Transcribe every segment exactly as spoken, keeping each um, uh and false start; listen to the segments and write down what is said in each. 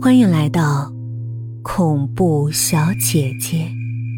欢迎来到恐怖小姐姐。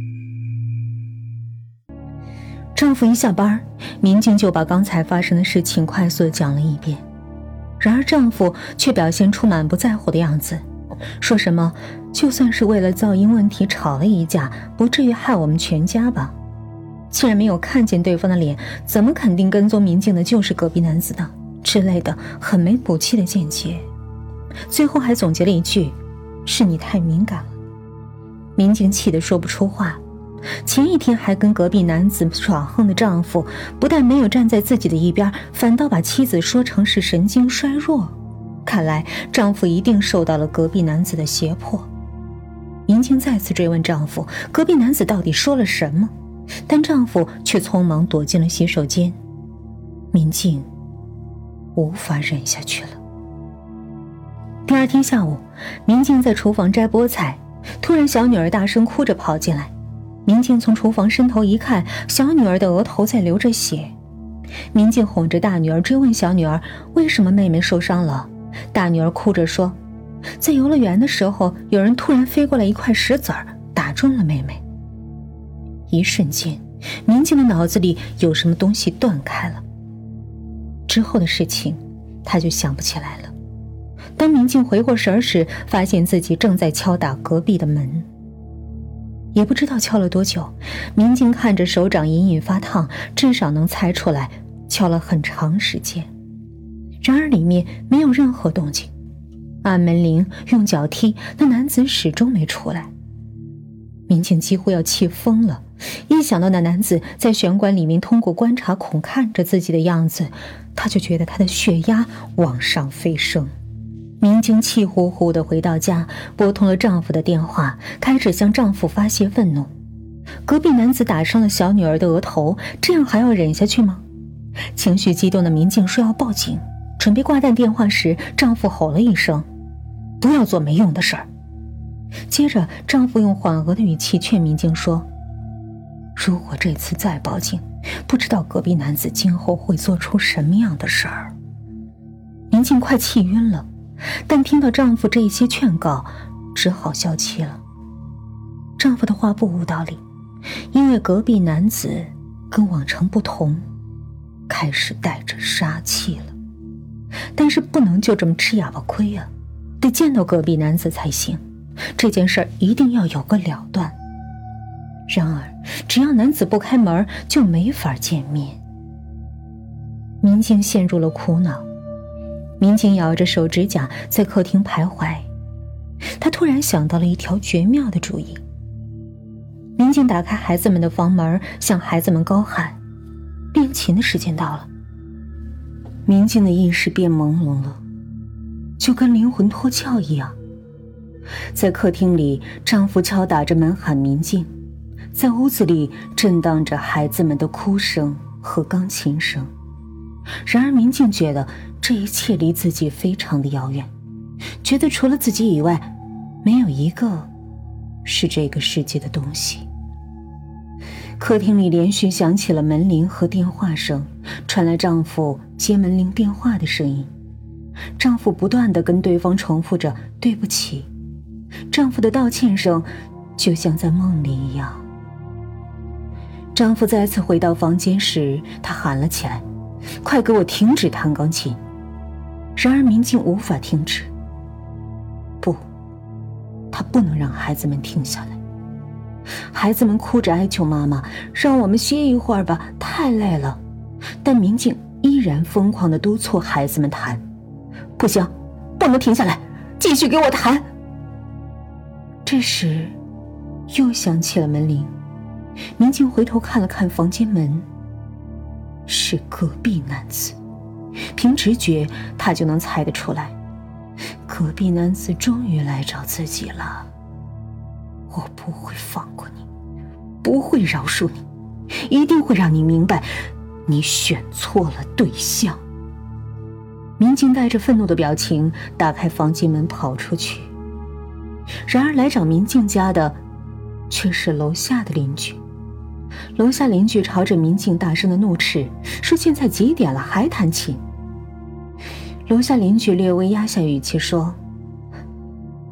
丈夫一下班，民警就把刚才发生的事情快速地讲了一遍，然而丈夫却表现出满不在乎的样子，说什么就算是为了噪音问题吵了一架，不至于害我们全家吧。既然没有看见对方的脸，怎么肯定跟踪民警的就是隔壁男子呢？之类的很没骨气的见解。最后还总结了一句，是你太敏感了。民警气得说不出话，前一天还跟隔壁男子耍横的丈夫，不但没有站在自己的一边，反倒把妻子说成是神经衰弱。看来丈夫一定受到了隔壁男子的胁迫。民警再次追问丈夫，隔壁男子到底说了什么，但丈夫却匆忙躲进了洗手间。民警无法忍下去了。第二天下午，民警在厨房摘菠菜，突然小女儿大声哭着跑进来。民警从厨房伸头一看，小女儿的额头在流着血。民警哄着大女儿追问小女儿为什么妹妹受伤了。大女儿哭着说，在游乐园的时候，有人突然飞过来一块石子儿，打中了妹妹。一瞬间，民警的脑子里有什么东西断开了。之后的事情他就想不起来了。当民警回过神时，发现自己正在敲打隔壁的门。也不知道敲了多久，民警看着手掌隐隐发烫，至少能猜出来敲了很长时间。然而里面没有任何动静，按门铃用脚踢，那男子始终没出来。民警几乎要气疯了，一想到那男子在玄关里面通过观察孔看着自己的样子，他就觉得他的血压往上飞升。民警气呼呼地回到家，拨通了丈夫的电话，开始向丈夫发泄愤怒。隔壁男子打伤了小女儿的额头，这样还要忍下去吗？情绪激动的民警说要报警，准备挂断电话时，丈夫吼了一声，不要做没用的事儿。接着丈夫用缓和的语气劝民警说，如果这次再报警，不知道隔壁男子今后会做出什么样的事儿。民警快气晕了，但听到丈夫这一些劝告，只好消气了。丈夫的话不无道理，因为隔壁男子跟往常不同，开始带着杀气了。但是不能就这么吃哑巴亏啊，得见到隔壁男子才行，这件事一定要有个了断。然而只要男子不开门，就没法见面。民警陷入了苦恼，民警咬着手指甲在客厅徘徊，他突然想到了一条绝妙的主意。民警打开孩子们的房门，向孩子们高喊，练琴的时间到了。民警的意识变朦胧了，就跟灵魂脱壳一样。在客厅里，丈夫敲打着门喊民警，在屋子里震荡着孩子们的哭声和钢琴声。然而民警觉得这一切离自己非常的遥远，觉得除了自己以外，没有一个是这个世界的东西。客厅里连续响起了门铃和电话声，传来丈夫接门铃电话的声音。丈夫不断地跟对方重复着对不起，丈夫的道歉声就像在梦里一样。丈夫再次回到房间时，他喊了起来，快给我停止弹钢琴。然而民警无法停止，不，他不能让孩子们停下来。孩子们哭着哀求妈妈，让我们歇一会儿吧，太累了。但民警依然疯狂地督促孩子们弹，不行，不能停下来，继续给我弹。这时又响起了门铃，民警回头看了看房间门，是隔壁男子。凭直觉他就能猜得出来，隔壁男子终于来找自己了。我不会放过你，不会饶恕你，一定会让你明白，你选错了对象。民警带着愤怒的表情打开房间门跑出去，然而来找民警家的却是楼下的邻居。楼下邻居朝着民警大声的怒斥，说现在几点了还弹琴。楼下邻居略微压下语气说，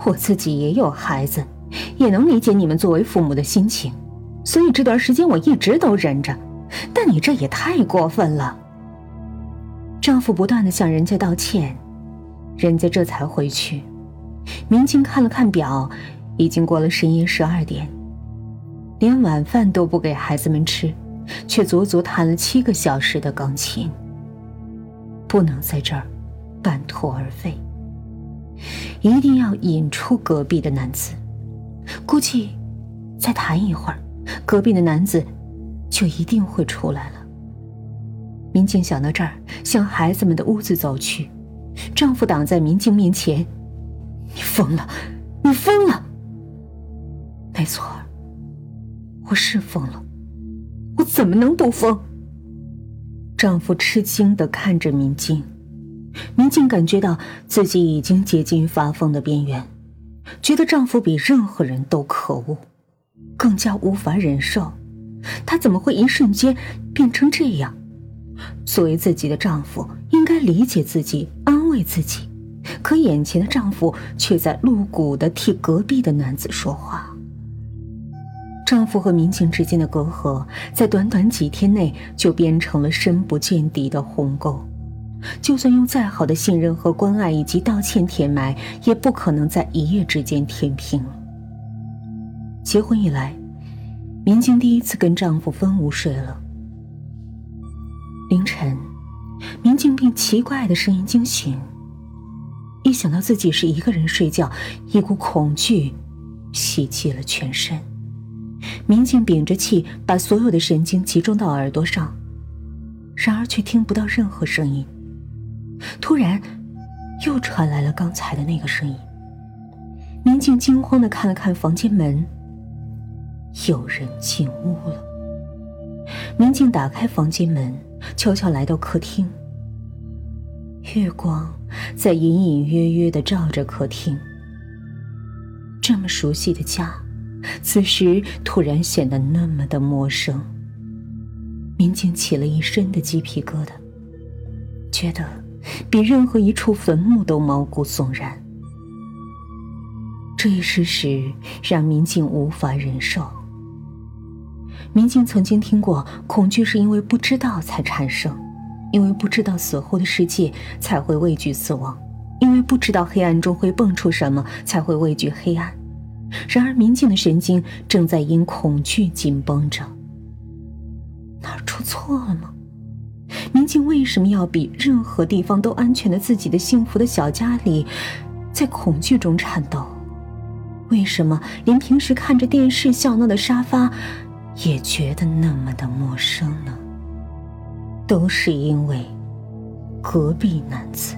我自己也有孩子，也能理解你们作为父母的心情，所以这段时间我一直都忍着，但你这也太过分了。丈夫不断地向人家道歉，人家这才回去。民警看了看表，已经过了深夜十二点，连晚饭都不给孩子们吃，却足足弹了七个小时的钢琴。不能在这儿半途而废，一定要引出隔壁的男子。估计再弹一会儿，隔壁的男子就一定会出来了。民警想到这儿，向孩子们的屋子走去，丈夫挡在民警面前：“你疯了，你疯了！”没错，我是疯了，我怎么能不疯？丈夫吃惊地看着民警，民警感觉到自己已经接近发疯的边缘，觉得丈夫比任何人都可恶，更加无法忍受。她怎么会一瞬间变成这样？作为自己的丈夫，应该理解自己，安慰自己，可眼前的丈夫却在露骨地替隔壁的男子说话。丈夫和民警之间的隔阂，在短短几天内就变成了深不见底的鸿沟。就算用再好的信任和关爱以及道歉填埋，也不可能在一夜之间填平了。结婚以来，民警第一次跟丈夫分屋睡了。凌晨，民警被奇怪的声音惊醒，一想到自己是一个人睡觉，一股恐惧袭击了全身。民警屏着气，把所有的神经集中到耳朵上，然而却听不到任何声音。突然又传来了刚才的那个声音，民警惊慌地看了看房间门，有人进屋了。民警打开房间门，悄悄来到客厅，月光在隐隐约约地照着客厅。这么熟悉的家，此时突然显得那么的陌生。民警起了一身的鸡皮疙瘩，觉得比任何一处坟墓都毛骨悚然。这一事实让民警无法忍受。民警曾经听过，恐惧是因为不知道才产生，因为不知道死后的世界才会畏惧死亡，因为不知道黑暗中会蹦出什么才会畏惧黑暗。然而民警的神经正在因恐惧紧绷着。哪儿出错了吗？民警为什么要比任何地方都安全的自己的幸福的小家里，在恐惧中颤抖？为什么连平时看着电视笑闹的沙发也觉得那么的陌生呢？都是因为隔壁男子。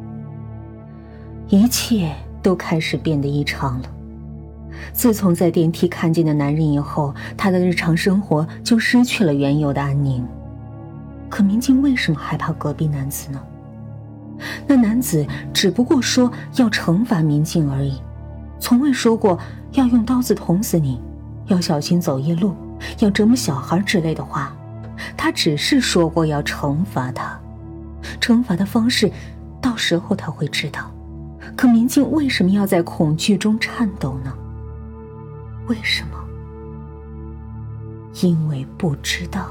一切都开始变得异常了。自从在电梯看见的男人以后，他的日常生活就失去了原有的安宁。可民警为什么害怕隔壁男子呢？那男子只不过说要惩罚民警而已，从未说过要用刀子捅死你，要小心走夜路，要折磨小孩之类的话。他只是说过要惩罚他，惩罚的方式到时候他会知道。可民警为什么要在恐惧中颤抖呢？为什么？因为不知道。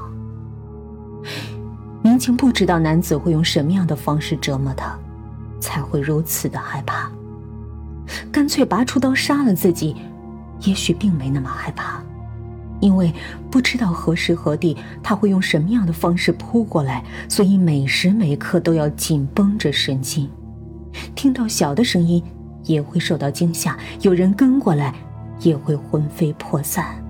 民警不知道男子会用什么样的方式折磨他，才会如此的害怕。干脆拔出刀杀了自己，也许并没那么害怕，因为不知道何时何地他会用什么样的方式扑过来，所以每时每刻都要紧绷着神经。听到小的声音也会受到惊吓，有人跟过来也会魂飞魄散。